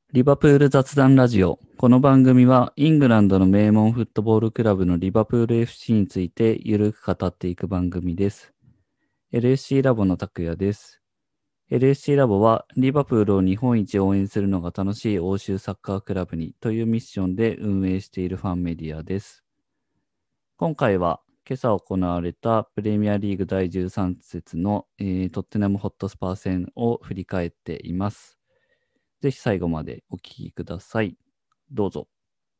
リバプール雑談ラジオ。この番組はイングランドの名門フットボールクラブのリバプール FC についてゆるく語っていく番組です。LSC ラボの拓也です。LSC ラボはリバプールを日本一応援するのが楽しい欧州サッカークラブにというミッションで運営しているファンメディアです。今回は今朝行われたプレミアリーグ第13節の、トッテナムホットスパー戦を振り返っています。ぜひ最後までお聞きください。どうぞ。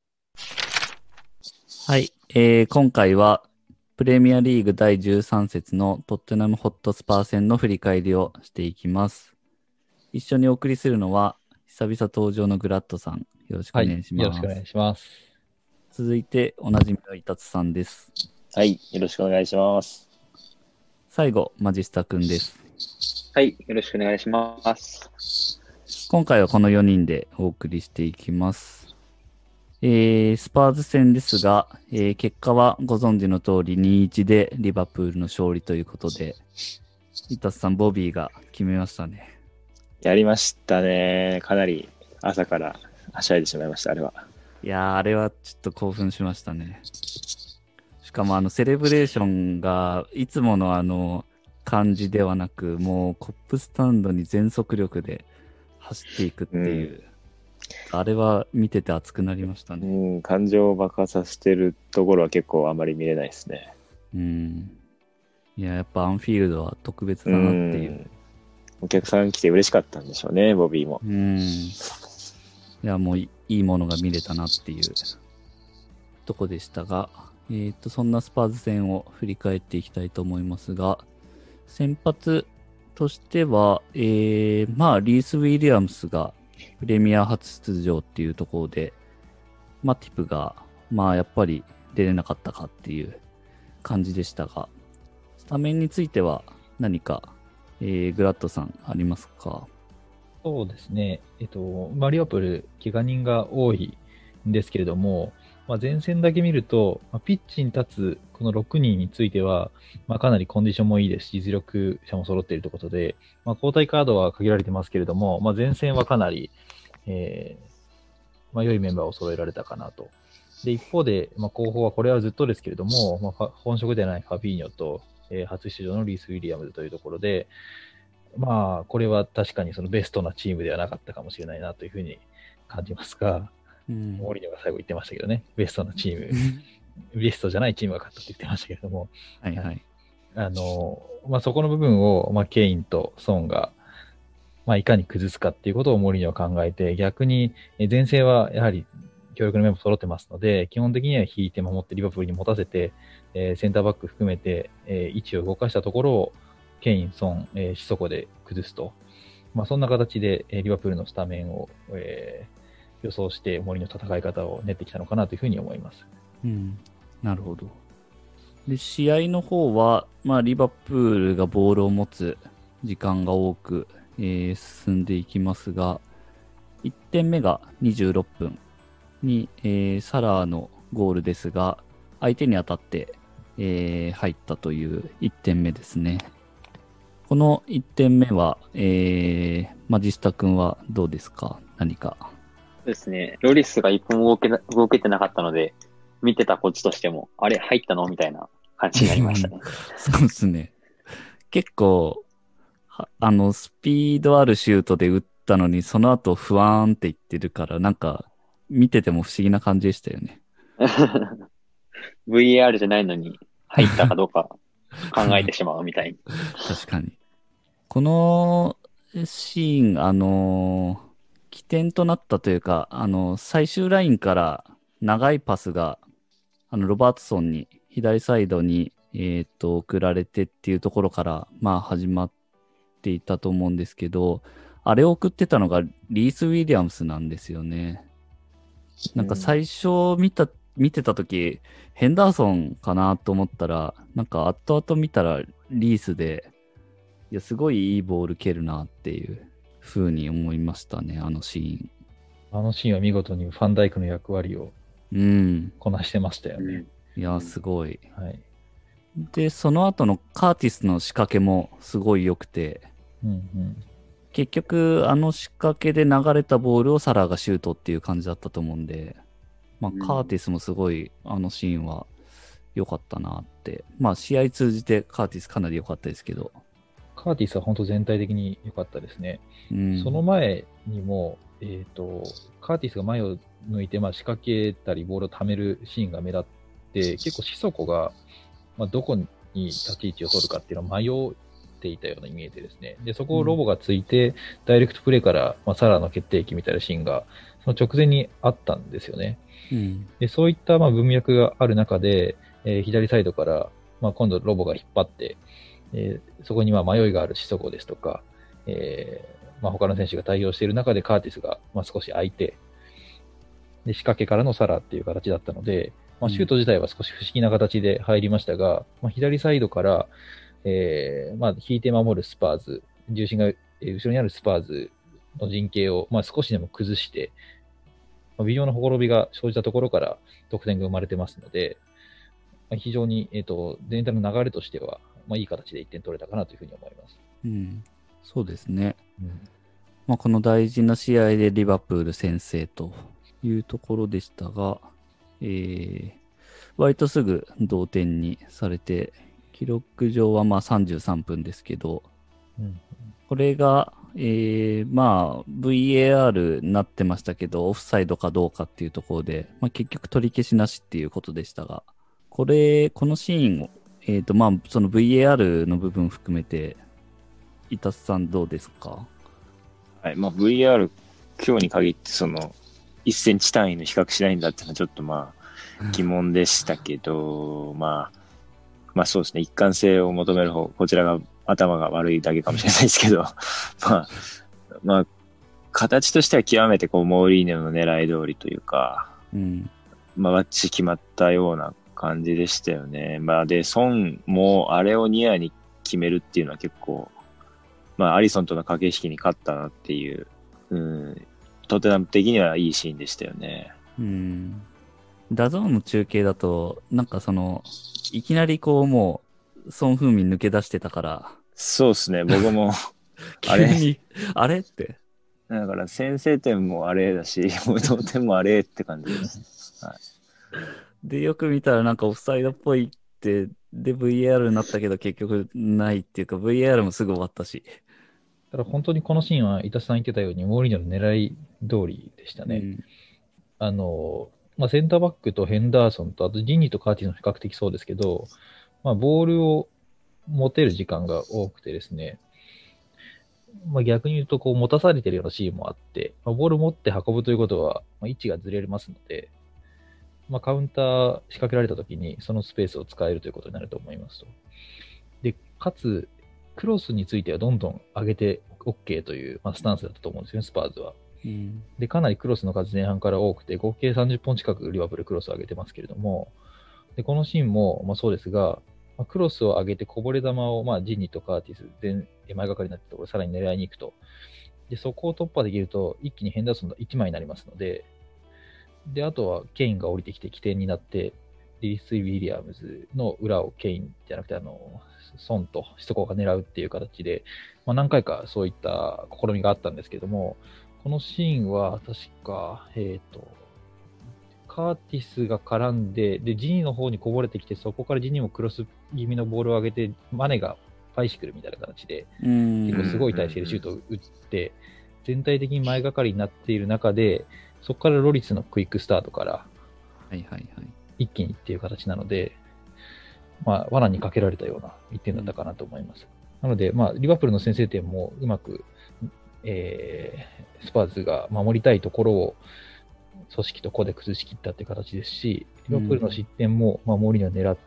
はい、今回はプレミアリーグ第13節のトッテナムホットスパー戦の振り返りをしていきます。一緒にお送りするのは久々登場のグラッドさん。よろしくお願いしよろします。 くお願いします。 続いておなじみのイタツさんです。 はい、よろしくお願いします。 最後、マジスタくんです。 はい、よろしくお願いします。 今回はこの4人でお送りしていきます。スパーズ戦ですが、結果はご存知の通り2-1でリバプールの勝利ということで、イタツさん、ボビーが決めましたね。 やりましたね。かなり朝からはしゃいでしまいました、あれは。 いやー、あれはちょっと興奮しましたね。しかもセレブレーションがいつもの感じではなく、もうコップスタンドに全速力で走っていくっていう、あれは見てて熱くなりましたね。 感情を爆発させてるところは結構あまり見れないですね。 いや、やっぱアンフィールドは特別だなっていう。 お客さん来て嬉しかったんでしょうね、ボビーも。 いや、もういいものが見れたなっていうとこでしたが、そんなスパーズ戦を振り返っていきたいと思いますが、先発としては、まあ、リース・ウィリアムスがプレミア初出場っていうところで、マティプが、まあ、やっぱり出れなかったかっていう感じでしたが、スタメンについては何か、グラッドさんありますか？ そうですね。リバプール、怪我人が多いんですけれども、前線だけ見ると、ピッチに立つこの6人については、かなりコンディションもいいですし、実力者も揃っているということで、交代カードは限られてますけれども、前線はかなり、良いメンバーを揃えられたかなと。で、一方で、後方はこれはずっとですけれども、本職ではないファビーニョと、初出場のリース・ウィリアムズというところで、これは確かにそのベストなチームではなかったかもしれないなというふうに感じますが、モーリーニョが最後言ってましたけどね、ベストなチーム、ベストじゃないチームが勝ったって言ってましたけれども、 はいはい。 そこの部分を、ケインとソンが、いかに崩すかっていうことをモーリーニョは考えて、逆に前線はやはり強力なメンバー揃ってますので、基本的には引いて守ってリバプールに持たせて、センターバック含めて、位置を動かしたところを、ケイン、ソン、シソコで崩すと。そんな形で、リバプールのスタメンを、予想して森の戦い方を練ってきたのかなというふうに思います。 なるほど。で、試合の方は、リバプールがボールを持つ時間が多く、進んでいきますが、1点目が26分に、サラーのゴールですが、相手に当たって、入ったという1点目ですね。この1点目は、マジスタ君はどうですか？何か。 そうですね。ロリスが一歩も動けてなかったので、見てたこっちとしても、あれ入ったのみたいな感じになりましたね。 そうですね。結構、スピードあるシュートで打ったのに、その後不安って言ってるから、なんか、見てても不思議な感じでしたよね。 VAR じゃないのに、入ったかどうか考えてしまうみたいに。 確かに。このシーン、起点となったというか、最終ラインから長いパスが、ロバートソンに、左サイドに、送られてっていうところから、始まっていたと思うんですけど、あれを送ってたのがリース・ウィリアムスなんですよね。なんか最初見てたとき、ヘンダーソンかなと思ったら、なんか後々見たらリースで、いや、すごいいいボール蹴るなっていう風に思いましたね、あのシーン。 あのシーンは見事にファンダイクの役割をこなしてましたよね。 いや、すごい。 はい。 で、その後のカーティスの仕掛けもすごい良くて、 結局、あの仕掛けで流れたボールをサラがシュートっていう感じだったと思うんで、まあ、カーティスもすごい、あのシーンは良かったなって。まあ、試合通じてカーティスかなり良かったですけど。 カーティスは本当全体的に良かったですね。 うん、 その前にも、カーティスが前を向いて、まあ、仕掛けたり、ボールを溜めるシーンが目立って、結構、シソコが、まあ、どこに立ち位置を取るかっていうのを迷っていたように見えてですね。で、そこをロボがついて、ダイレクトプレーから、まあ、サラの決定機みたいなシーンが、その直前にあったんですよね。 うん、 で、そういったまあ文脈がある中で、左サイドから、まあ、今度ロボが引っ張って、そこにまあ迷いがあるシソコですとか、まあ、他の選手が対応している中でカーティスがまあ少し空いて、で仕掛けからのサラっていう形だったので、まあ、シュート自体は少し不思議な形で入りましたが、まあ、左サイドから、まあ、引いて守るスパーズ、重心が後ろにあるスパーズの陣形をまあ少しでも崩して、まあ、微妙なほころびが生じたところから得点が生まれてますので、まあ、非常に、全体の流れとしては、まあ、いい形で1点取れたかなというふうに思います。 うん、そうですね。 うん、 まあ、この大事な試合でリバプール先制というところでしたが、割とすぐ同点にされて、記録上はまあ33分ですけど、 うん、 これが、まあ VAR になってましたけど、オフサイドかどうかっていうところで、まあ、結局取り消しなしっていうことでしたが、このシーンを、まあその VAR の部分含めて、伊達さんどうですか？ はい、まあ VR 今日に限ってその1センチ単位の比較しないんだっていうのはちょっとまあ疑問でしたけど、まあそうですね、一貫性を求める方、こちらが頭が悪いだけかもしれないですけど、まあ形としては極めてこうモーリーニョの狙い通りというか、 うん。 まあバッチ決まったような感じでしたよね。まあで、孫もあれをニアに決めるっていうのは結構、まあアリソンとの駆け引きに勝ったなっていう、トテナム的にはいいシーンでしたよね。 うん。ダゾーンの中継だと、なんかいきなりこうもう、ソン・フンミン抜け出してたから、 そうですね、僕もあれ急に、あれって。 だから先制点もあれだし、もう同点もあれって感じですね。はい、 で、よく見たらなんかオフサイドっぽいって、で、VR になったけど結局ないっていうか、VR もすぐ終わったし。 ただ本当にこのシーンは、伊田さん言ってたように、モーリーニョの狙い通りでしたね。 うん。 まあ、センターバックとヘンダーソンと、あとジンニとカーティスの比較的そうですけど、まあ、ボールを持てる時間が多くてですね、まあ、逆に言うと、こう、持たされてるようなシーンもあって、まあ、ボールを持って運ぶということは、まあ、位置がずれますので、まあ、カウンター仕掛けられたときに、そのスペースを使えるということになると思いますと。で、かつ、クロスについてはどんどん上げて OK という、まあ、スタンスだったと思うんですよね、スパーズは。 うん。 で、かなりクロスの数前半から多くて、合計30本近くリバプールクロスを上げてますけれども、でこのシーンも、まあ、そうですが、まあ、クロスを上げてこぼれ球を、まあ、ジンニとカーティス、前がかりになったところ、さらに狙いに行くと。で、そこを突破できると、一気にヘンダーソンが1枚になりますので、で、あとはケインが降りてきて起点になって、リース・ウィリアムズの裏をケインじゃなくて、ソンとシソコが狙うっていう形で、まあ、何回かそういった試みがあったんですけども、このシーンは確か、カーティスが絡んで、で、ジニの方にこぼれてきて、そこからジニもクロス気味のボールを上げて、マネがバイシクルみたいな形で、結構すごい体勢でシュートを打って、全体的に前がかりになっている中で、そこからロリスのクイックスタートから、 はいはいはい。 一気にっていう形なので、まあ、罠にかけられたような1点だったかなと思います。なので、まあ、リバプールの先制点もうまく、スパーズが守りたいところを組織と個で崩し切ったっていう形ですし、リバプールの失点も、まあ、モーリーニョを狙って、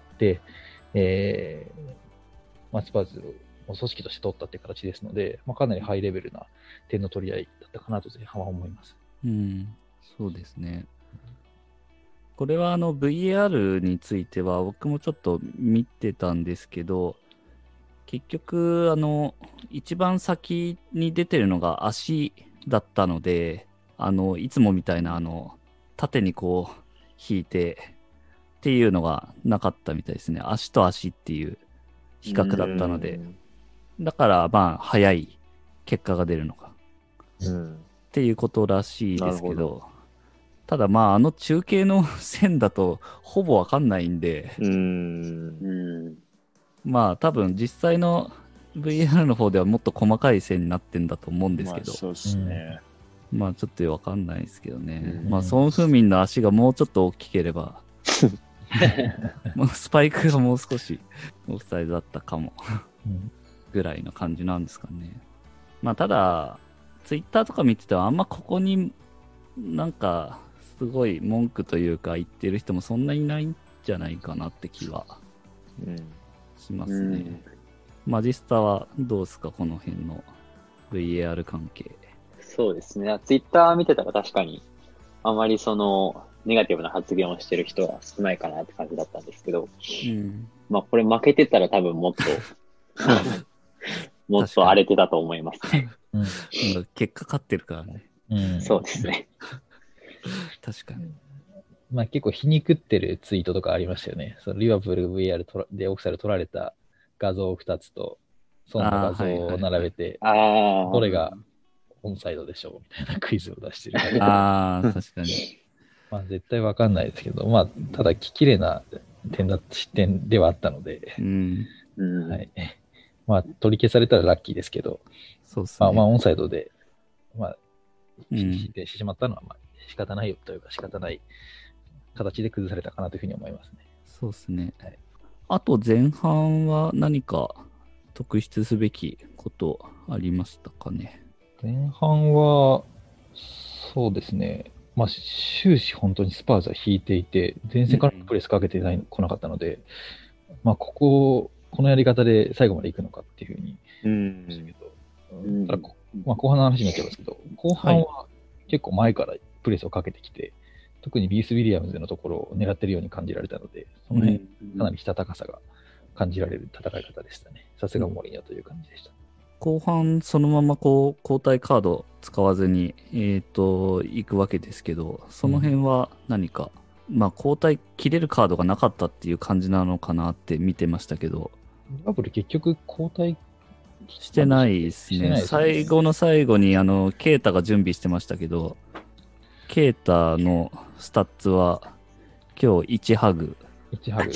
まあ、スパーズを組織として取ったっていう形ですので、まあ、かなりハイレベルな点の取り合いだったかなと前半は思います。 うん、そうですね。これはVAR については僕もちょっと見てたんですけど、結局一番先に出てるのが足だったので、いつもみたいな縦にこう引いてっていうのがなかったみたいですね。足と足っていう比較だったので、だからまあ早い結果が出るのかうん。 っていうことらしいですけなるほど、ただまあ中継の線だとほぼわかんないんで、 うん。 まあ多分実際の VR の方ではもっと細かい線になってんだと思うんですけど、 そうですね。 まあちょっとわかんないですけどね。 うんまあソン・フンミンの足がもうちょっと大きければ、もうスパイクがもう少しオフサイドだったかもうんぐらいの感じなんですかね。まあただ、ツイッターとか見ててはあんまここになんかすごい文句というか言ってる人もそんなにいないんじゃないかなって気はうん。 しますね。マジスタはどうですかこの辺の VAR 関係。 そうですね。ツイッター見てたら確かに、あまりその、ネガティブな発言をしてる人は少ないかなって感じだったんですけど、 うん。 まあこれ負けてたら多分もっと、もっと荒れてたと思いますね。 うんなんか結果勝ってるからね。 うんそうですね。 確かに。 まあ結構皮肉ってるツイートとかありましたよね。そのリバプール VR でオフサイド取られた画像2つと、その画像を並べて、 ああ。 どれがオンサイドでしょうみたいなクイズを出してる。 ああ、確かに。 まあ絶対わかんないですけど、まあただ綺麗な失点ではあったので、 うん。 うん。 はい。まあ取り消されたらラッキーですけど、 そうっすね。 まあオンサイドで、まあ、 うん失点してしまったのはまあ仕方ないよというか仕方ない形で崩されたかなというふうに思いますね。 そうっすね。 はいあと前半は何か特筆すべきことありましたかね。 前半は、そうですね。まあ終始本当にスパーズは引いていて、前線からプレスかけて来なかったので、まあこのやり方で最後まで行くのかっていうふうにうんでしたけど、 うんただまあ、後半の話になっちゃいますけど、後半は結構前からプレスをかけてきて、特にビース・ウィリアムズのところを狙ってるように感じられたので、その辺、かなりしたたかさが感じられる戦い方でしたね。さすがモリーニョという感じでした。 後半そのままこう交代カード使わずに、行くわけですけど、その辺は何か、まあ交代切れるカードがなかったっていう感じなのかなって見てましたけど、 リバプール結局交代してないですね。 してないですね最後の最後にケイタが準備してましたけど、ケイタのスタッツは今日1ハグ。 1ハグ。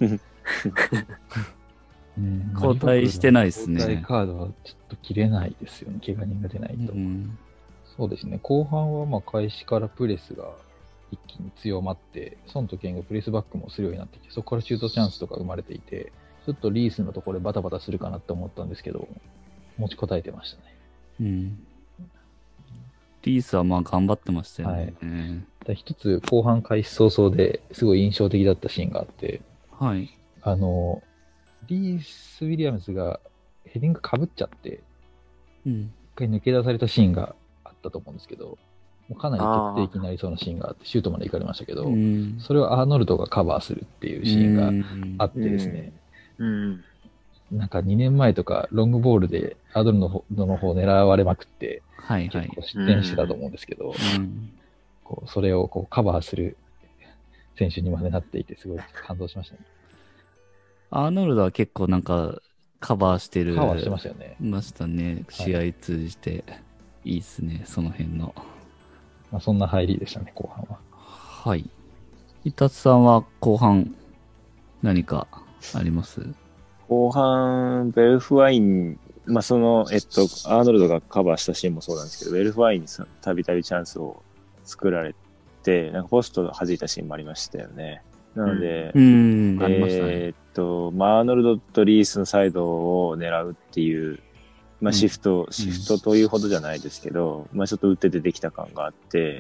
うん交代してないですね交代カードはちょっと切れないですよね。怪我人が出ないと。 うんそうですね。後半はまあ開始からプレスが一気に強まって、ソンとケンがプレスバックもするようになってきて、そこからシュートチャンスとか生まれていて、ちょっとリースのところでバタバタするかなって思ったんですけど、持ちこたえてましたね。 うんリースはまあ頑張ってましたよね。 ただ一つ後半開始早々ですごい印象的だったシーンがあって、 はい。 リース・ウィリアムズがヘディングかぶっちゃって、 うん。 一回抜け出されたシーンがあったと思うんですけど、もうかなり決定的になりそうなシーンがあって、シュートまで行かれましたけど、 うんそれをアーノルドがカバーするっていうシーンがあってですね、 うん。 なんか2年前とかロングボールでアーノルドの方狙われまくって、 はいはい。 結構失点してたと思うんですけど、 うんそれをカバーする選手にまでなっていて、すごい感動しましたね。 アーノルドは結構なんかカバーしてる。 カバーしてましたよね。 ましたね。試合通じて。いいっすね、その辺の。 まあ、そんな入りでしたね、後半は。 はい。伊達さんは後半何かあります？ 後半、ベルフワイン、まあ、アーノルドがカバーしたシーンもそうなんですけど、ベルフワインにたびたびチャンスを作られて、なんかポスト弾いたシーンもありましたよね。なので、 ありましたね。 まあ、アーノルドとリースのサイドを狙うっていう、まあ、シフトというほどじゃないですけど、まあ、ちょっと打って出てきた感があって、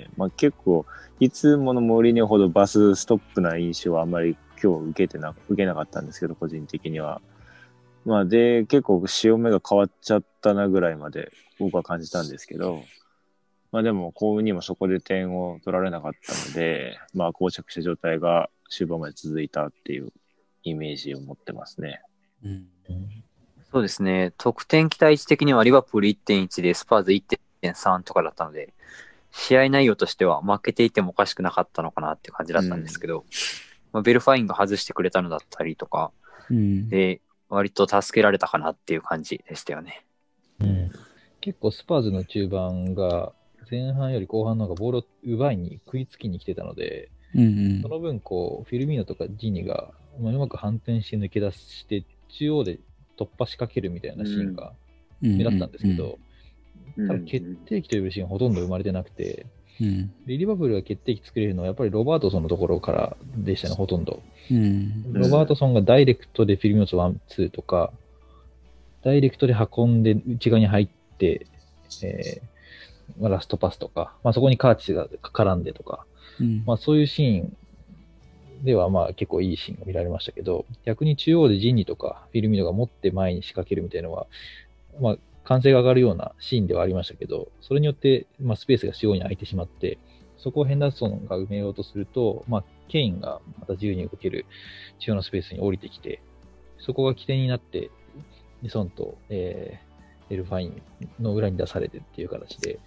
まあ、結構、いつものモーリーニョほどバスストップな印象はあんまり今日受けなかったんですけど、個人的には。まあ、で、結構潮目が変わっちゃったなぐらいまで僕は感じたんですけど、まあでも、幸運にもそこで点を取られなかったので、まあ、膠着した状態が終盤まで続いたっていうイメージを持ってますね。 そうですね。得点期待値的にはリバプール 1.1 でスパーズ 1.3 とかだったので、試合内容としては負けていてもおかしくなかったのかなっていう感じだったんですけど、まあ、ベルファインが外してくれたのだったりとか、 うん。 で、割と助けられたかなっていう感じでしたよね。 うん、 結構スパーズの中盤が前半より後半の方がボールを奪いに食いつきに来てたので、 うんその分こう、フィルミーノとかジニが、うまく反転して抜け出して、中央で突破しかけるみたいなシーンがうん。 目立ったんですけど、 うんただ決定機というシーンはほとんど生まれてなくて、 うん。 でリバプールが決定機作れるのはやっぱりロバートソンのところからでしたね、ほとんど。 うん。 ロバートソンがダイレクトでフィルミーノとワン、ツーとか、ダイレクトで運んで内側に入って、ラストパスとか、そこにカーチスが絡んでとか、 うん。 そういうシーンでは結構いいシーンが見られましたけど、逆に中央でジンニとかフィルミーノが持って前に仕掛けるみたいなのは、歓声が上がるようなシーンではありましたけど、それによって、スペースが中央に空いてしまって、そこをヘンダーソンが埋めようとすると、ケインがまた自由に動ける中央のスペースに降りてきて、そこが起点になって、ソンと、エルファインの裏に出されてっていう形で、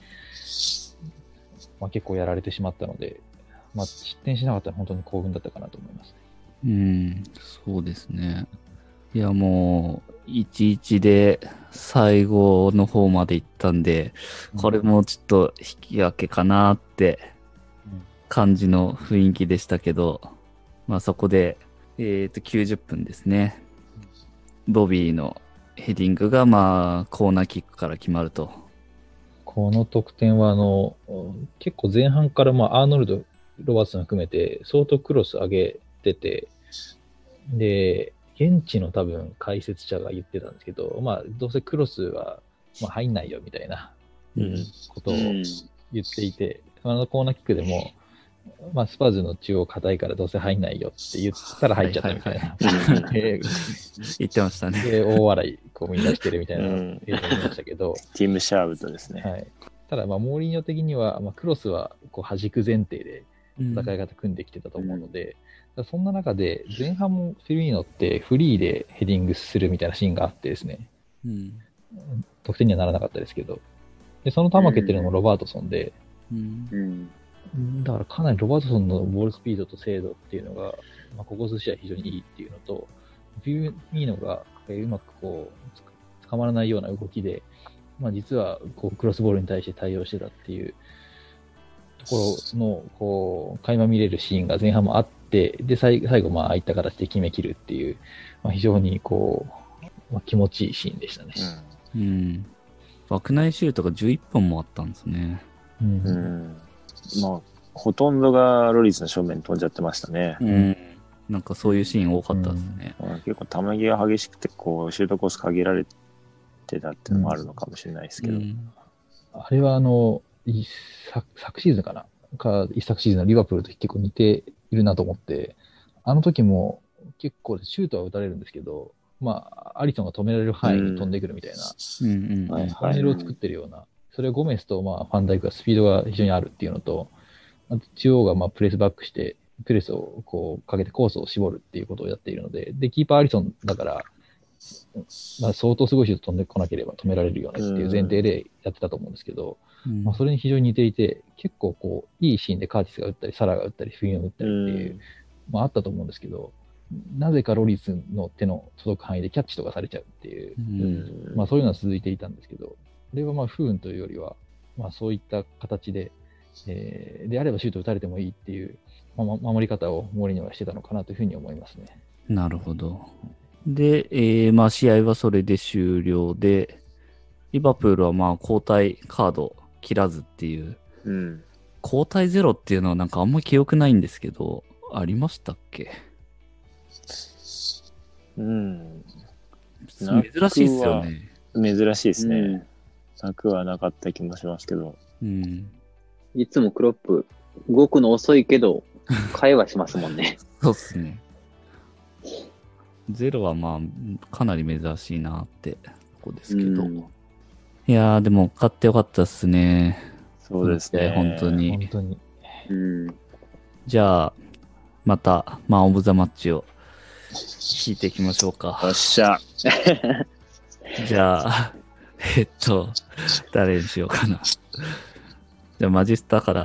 結構やられてしまったので、失点しなかったら本当に幸運だったかなと思います。 そうですね。いや、もう、1-1で最後の方まで行ったんで、これもちょっと引き分けかなって感じの雰囲気でしたけど、そこで、90分ですね。ボビーのヘディングが、コーナーキックから決まると。 この得点は、結構前半から、アーノルド、ロバーツソン含めて、相当クロス上げてて、で、現地の多分解説者が言ってたんですけど、どうせクロスは、入んないよみたいなことを言っていて、コーナーキックでも、スパーズの中央硬いからどうせ入んないよって言ったら入っちゃったみたいな。 言ってましたね。 で、大笑いみんなしてるみたいな映像を見ましたけど。 ティム・シャーウッドですね。 はい。ただ、モーリーニョ的には、クロスはこう弾く前提で戦い方組んできてたと思うので、そんな中で、前半もフィルミーノってフリーでヘディングするみたいなシーンがあってですね、得点にはならなかったですけど、でその球蹴ってるのもロバートソンで、だからかなりロバートソンのボールスピードと精度っていうのが、ここ数試合非常にいいっていうのと、フィルミーノがうまく捕まらないような動きで、実はクロスボールに対して対応してたっていうところの垣間見れるシーンが前半もあって、で最後ああいった形で決めきるっていう、非常に気持ちいいシーンでしたね。 枠内シュートが11本もあったんですね。 ほとんどがロリスの正面に飛んじゃってましたね。 なんかそういうシーン多かったですね。 結構球際が激しくて、シュートコース限られてたっていうのもあるのかもしれないですけど。 あれは昨シーズンかな一昨シーズンのリバプールと結構似ているなと思って、あの時も結構シュートは打たれるんですけど、アリソンが止められる範囲に飛んでくるみたいな、トンネルを作ってるような、それはゴメスとファンダイクがスピードが非常にあるっていうのと、中央がプレスバックして、プレスをかけてコースを絞るっていうことをやっているので、で、キーパーアリソンだから、相当すごいシュート飛んでこなければ止められるよねっていう前提でやってたと思うんですけど、それに非常に似ていて、結構いいシーンでカーティスが打ったり、サラが打ったり、フィンが打ったりっていう、あったと思うんですけど、なぜかロリスの手の届く範囲でキャッチとかされちゃうっていう、そういうのは続いていたんですけど、これは不運というよりは、そういった形で、であればシュート打たれてもいいっていう、守り方をモーリーニョはしてたのかなというふうに思いますね。 なるほど。で、試合はそれで終了で、リバプールは交代カード切らずっていう、交代ゼロっていうのはなんかあんま記憶ないんですけど、ありましたっけ？珍しいですよね。 珍しいですね。なくはなかった気もしますけど。 いつもクロップ、動くの遅いけど、会話しますもんね。 そうっすね。ゼロはかなり珍しいなってとこですけど。いやー、でも勝ってよかったっすね。 そうですね。 本当に。 本当に。 じゃあ、また、オブザマッチを聞いていきましょうか。 よっしゃ。 じゃあ、誰にしようかな。じゃあ、マジスタから。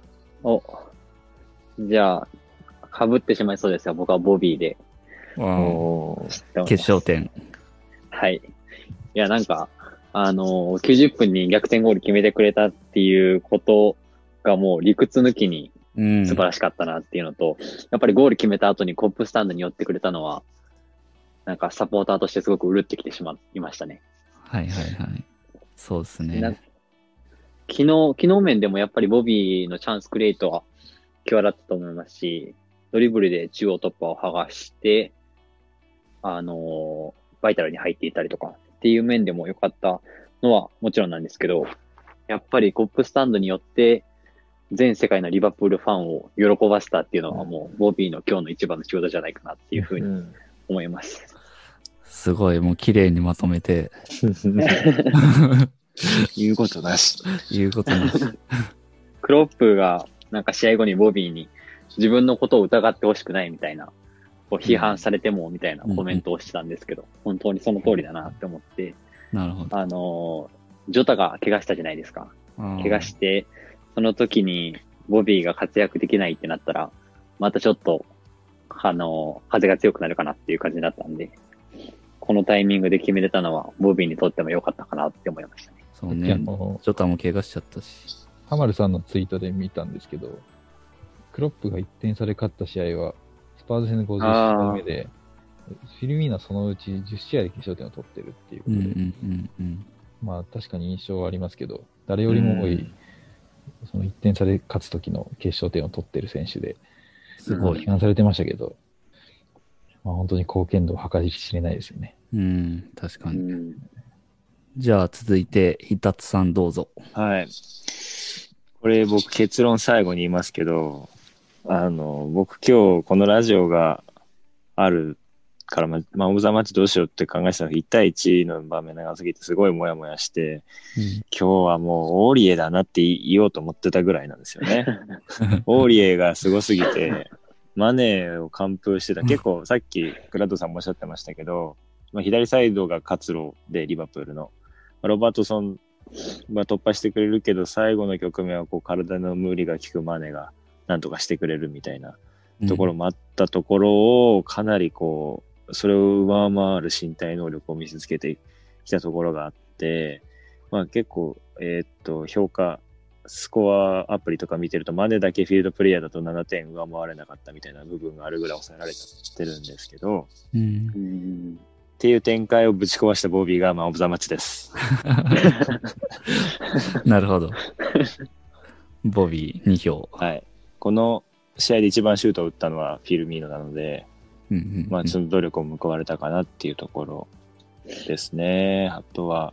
じゃあ、被ってしまいそうですよ。僕はボビーで。 決勝点。 はい。いや、なんか、 90分に逆転ゴール決めてくれたっていうことがもう理屈抜きに素晴らしかったなっていうのと、やっぱりゴール決めた後にコップスタンドに寄ってくれたのは、なんかサポーターとしてすごくうるってきてしまいましたね。 はいはいはい。そうですね。 昨日面でもやっぱりボビーのチャンスクリエイトは際立ったと思いますし、ドリブルで中央突破を剥がして、バイタルに入っていたりとかっていう面でも良かったのはもちろんなんですけど、やっぱりコップスタンドによって全世界のリバプールファンを喜ばせたっていうのはもうボビーの今日の一番の仕事じゃないかなっていうふうに思います。 すごい、もう綺麗にまとめて。 言うことなし。 言うことなし。 クロップがなんか試合後にボビーに自分のことを疑ってほしくないみたいな、こう批判されてもみたいなコメントをしてたんですけど、本当にその通りだなって思って、 なるほど。 ジョタが怪我したじゃないですか。怪我して、その時にボビーが活躍できないってなったら、またちょっと、風が強くなるかなっていう感じだったんで、このタイミングで決めれたのは、ボビーにとっても良かったかなって思いましたね。 そうね。ジョタも怪我しちゃったし。 ハマルさんのツイートで見たんですけど、クロップが1点差で勝った試合は、スパーズ戦の50試合目で、フィルミーナそのうち10試合で決勝点を取ってるっていうことで、まあ確かに印象はありますけど、誰よりも多い、その1点差で勝つ時の決勝点を取ってる選手で、 すごい。 批判されてましたけど、まあ本当に貢献度を計り知れないですよね。 確かに。じゃあ続いて、ひたつさんどうぞ。 はい。これ僕結論最後に言いますけど、僕今日このラジオがあるから、オブザマッチどうしようって考えてたのが1対1の場面長すぎてすごいモヤモヤして、今日はもうオーリエだなって言おうと思ってたぐらいなんですよね。オーリエがすごすぎて、マネーを完封してた。結構さっきクラッドさんもおっしゃってましたけど、左サイドが活路でリバプールの。ロバートソンが突破してくれるけど、最後の局面はこう体の無理が効くマネがなんとかしてくれるみたいなところもあったところを、かなりこう、それを上回る身体能力を見せつけてきたところがあって、結構、評価、スコアアプリとか見てると、マネだけフィールドプレイヤーだと7点上回れなかったみたいな部分があるぐらい抑えられちゃってるんですけど、っていう展開をぶち壊したボビーが、オブザマッチです。 なるほど。ボビー2票。 はい。この試合で一番シュートを打ったのはフィルミーノなので、その努力を報われたかなっていうところですね。あとは、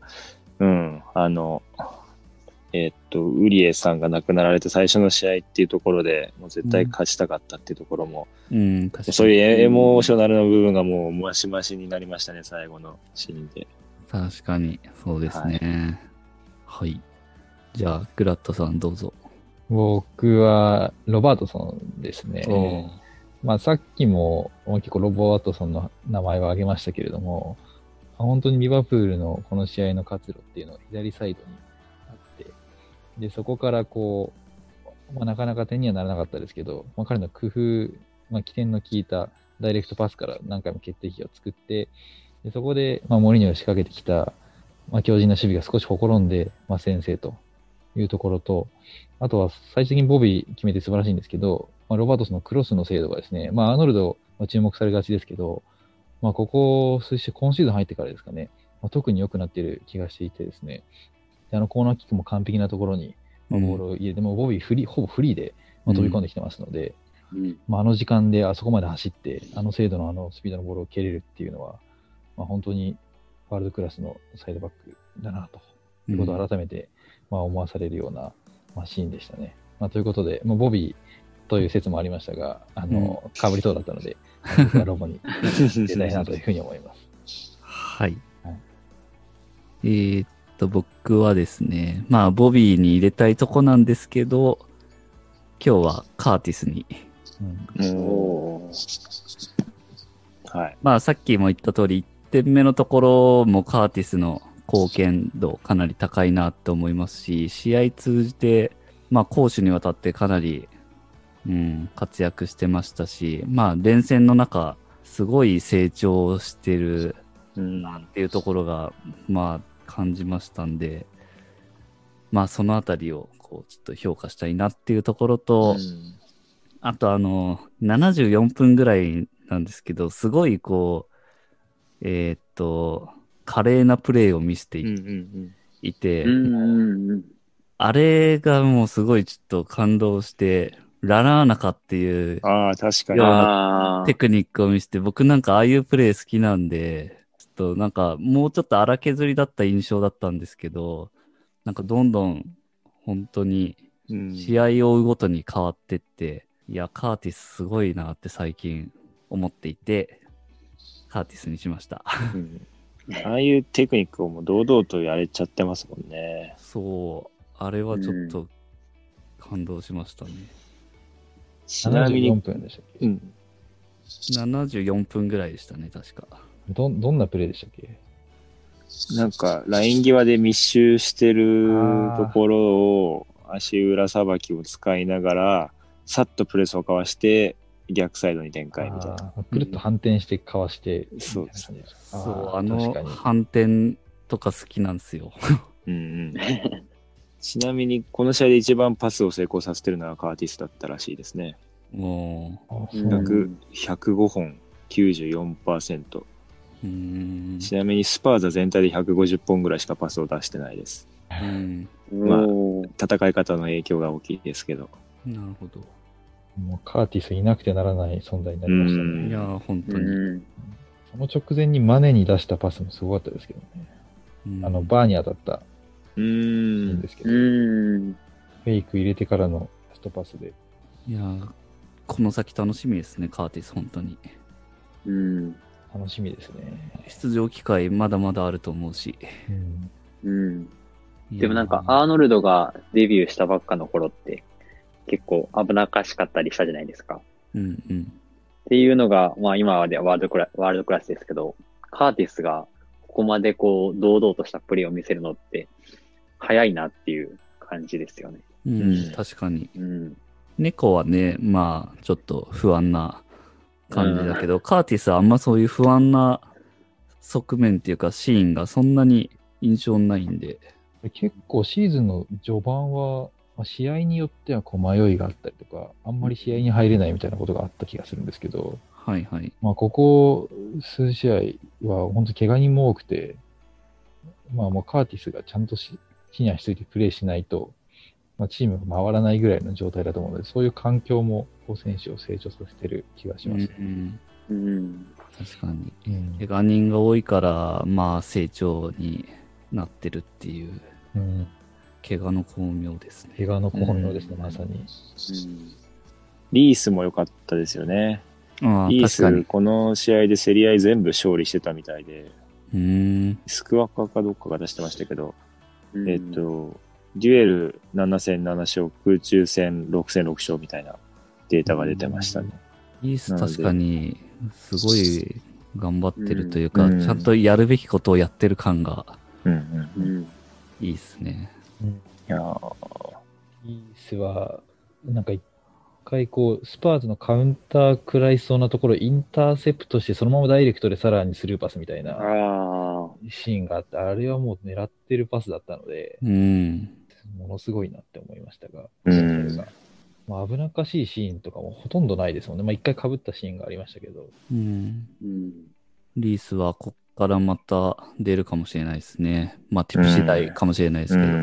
ウリエさんが亡くなられて最初の試合っていうところでもう絶対勝ちたかったっていうところも、そういうエモーショナルな部分がもうマシマシになりましたね、最後のシーンで。 確かにそうですね。はい。じゃあグラットさんどうぞ。 僕はロバートソンですね。さっきも結構ロバートソンの名前を挙げましたけれども、本当にリバプールのこの試合の活路っていうのは左サイドにあって、で、そこからこう、なかなか点にはならなかったですけど、彼の工夫、起点の効いたダイレクトパスから何回も決定機を作って、でそこで、モリニョが仕掛けてきた、強靭な守備が少しほころんで、先制というところと、あとは最終的にボビー決めて素晴らしいんですけど、ロバートスのクロスの精度がですね、アーノルドは注目されがちですけど、ここ数週、今シーズン入ってからですかね、特に良くなっている気がしていてですね、でコーナーキックも完璧なところにボールを入れて、もボビーほぼフリーで飛び込んできてますので、あの時間であそこまで走って、精度のスピードのボールを蹴れるっていうのは、本当にワールドクラスのサイドバックだなということを改めて思わされるようなシーンでしたね。ということで、ボビーという説もありましたが、かぶりそうだったので、ロボに入れたいなというふうに思います。 はい。僕はですね、ボビーに入れたいとこなんですけど、今日はカーティスに。さっきも言った通り、1点目のところもカーティスの貢献度かなり高いなと思いますし、試合通じて、攻守にわたってかなり、活躍してましたし、連戦の中、すごい成長してるなっていうところが、 感じましたんで、まあそのあたりをこうちょっと評価したいなっていうところと、あと74分ぐらいなんですけど、すごいこう、華麗なプレーを見せていて、あれがもうすごいちょっと感動して、ララーナカっていうああ、確かように。 なテクニックを見せて、僕なんかああいうプレー好きなんで、ちょっとなんかもうちょっと荒削りだった印象だったんですけど、なんかどんどん本当に試合を追うごとに変わってって、いや、カーティスすごいなって最近思っていて、カーティスにしました。 ああいうテクニックをもう堂々とやれちゃってますもんね。 そう、あれはちょっと感動しましたね。 ちなみに、 74分でしたっけ？ 74分ぐらいでしたね、確か。 どんなプレーでしたっけ？ なんか、ライン際で密集してるところを、足裏さばきを使いながら、さっとプレスをかわして、逆サイドに展開みたいな。 くるっと反転してかわして。 そうですね。 そう、反転とか好きなんですよ。 ちなみに、この試合で一番パスを成功させてるのはカーティスだったらしいですね。 もう、 105本、94%。ちなみにスパーズは全体で150本ぐらいしかパスを出してないです。まあ、戦い方の影響が大きいですけど。 なるほど。 もうカーティスいなくてならない存在になりましたね。 いやー、本当に。 その直前にマネに出したパスもすごかったですけどね。バーに当たったシーンですけど、フェイク入れてからのラストパスで。 いやー、この先楽しみですね、カーティス、本当に。 楽しみですね。 出場機会まだまだあると思うし。 でもなんか、アーノルドがデビューしたばっかの頃って、結構危なっかしかったりしたじゃないですか。っていうのが、まあ今までワールドクラスですけど、カーティスがここまでこう、堂々としたプレーを見せるのって、早いなっていう感じですよね。 確かに。猫はね、まあ、ちょっと不安な感じだけど、カーティスはあんまそういう不安な側面っていうか、シーンがそんなに印象ないんで。 結構シーズンの序盤は、試合によってはこう迷いがあったりとか、あんまり試合に入れないみたいなことがあった気がするんですけど、ここ数試合は本当怪我人も多くて、もうカーティスがちゃんと地に足ついてプレーしないと、チームが回らないぐらいの状態だと思うので、そういう環境も選手を成長させてる気がします。 確かに。怪我人が多いから、まあ成長になってるっていう。怪我の巧妙ですね。 怪我の巧妙ですね、まさに。 リースも良かったですよね。リース、この試合で競り合い全部勝利してたみたいで、スクワカかどっかが出してましたけど、デュエル7戦7勝、空中戦6戦6勝みたいなデータが出てましたね。 リース確かに、すごい頑張ってるというか、ちゃんとやるべきことをやってる感が、いいですね。 いやリースは、なんか一回スパーズのカウンター食らいそうなところインターセプトして、そのままダイレクトでさらにスルーパスみたいなシーンがあって、あれはもう狙ってるパスだったので、ものすごいなって思いましたが、危なっかしいシーンとかもほとんどないですもんね。一回被ったシーンがありましたけど。 リースはこっからまた出るかもしれないですね。ティップ次第かもしれないですけ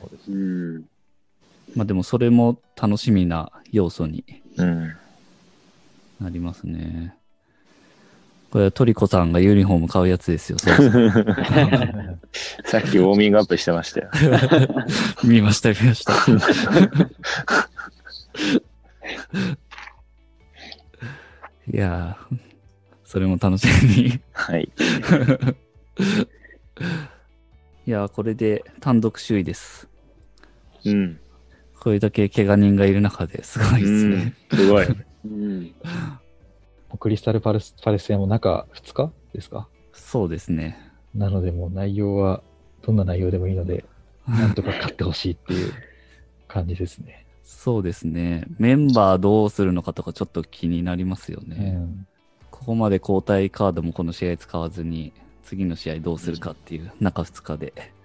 ど。でもそれも楽しみな要素になりますね。これはトリコさんがユニフォーム買うやつですよ。さっきウォーミングアップしてましたよ。 見ました。いやー、それも楽しみに。いやー、これで単独首位です。これだけ怪我人がいる中ですごいですね。 すごい。 クリスタルパレス戦も中2日ですか？ そうですね。 なのでもう内容はどんな内容でもいいので、なんとか勝ってほしいっていう感じですね。 そうですね。メンバーどうするのかとかちょっと気になりますよね。ここまで交代カードもこの試合使わずに、次の試合どうするかっていう中2日で。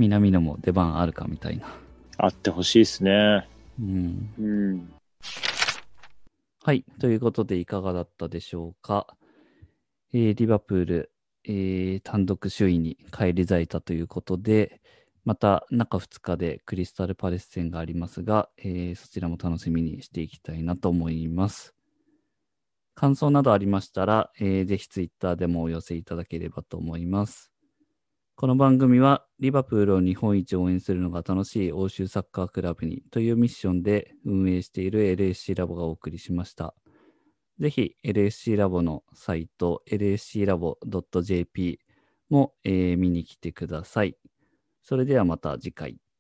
南野も出番あるかみたいな。 あってほしいですね。 うん。 うん。 はい。ということで、いかがだったでしょうか。リバプール、単独首位に返り咲いたということで、また中2日でクリスタルパレス戦がありますが、そちらも楽しみにしていきたいなと思います。感想などありましたら、ぜひツイッターでもお寄せいただければと思います。この番組はリバプールを日本一応援するのが楽しい欧州サッカークラブにというミッションで運営している LSC ラボがお送りしました。ぜひ LSC ラボのサイト lsclabo.jp も、見に来てください。それではまた次回。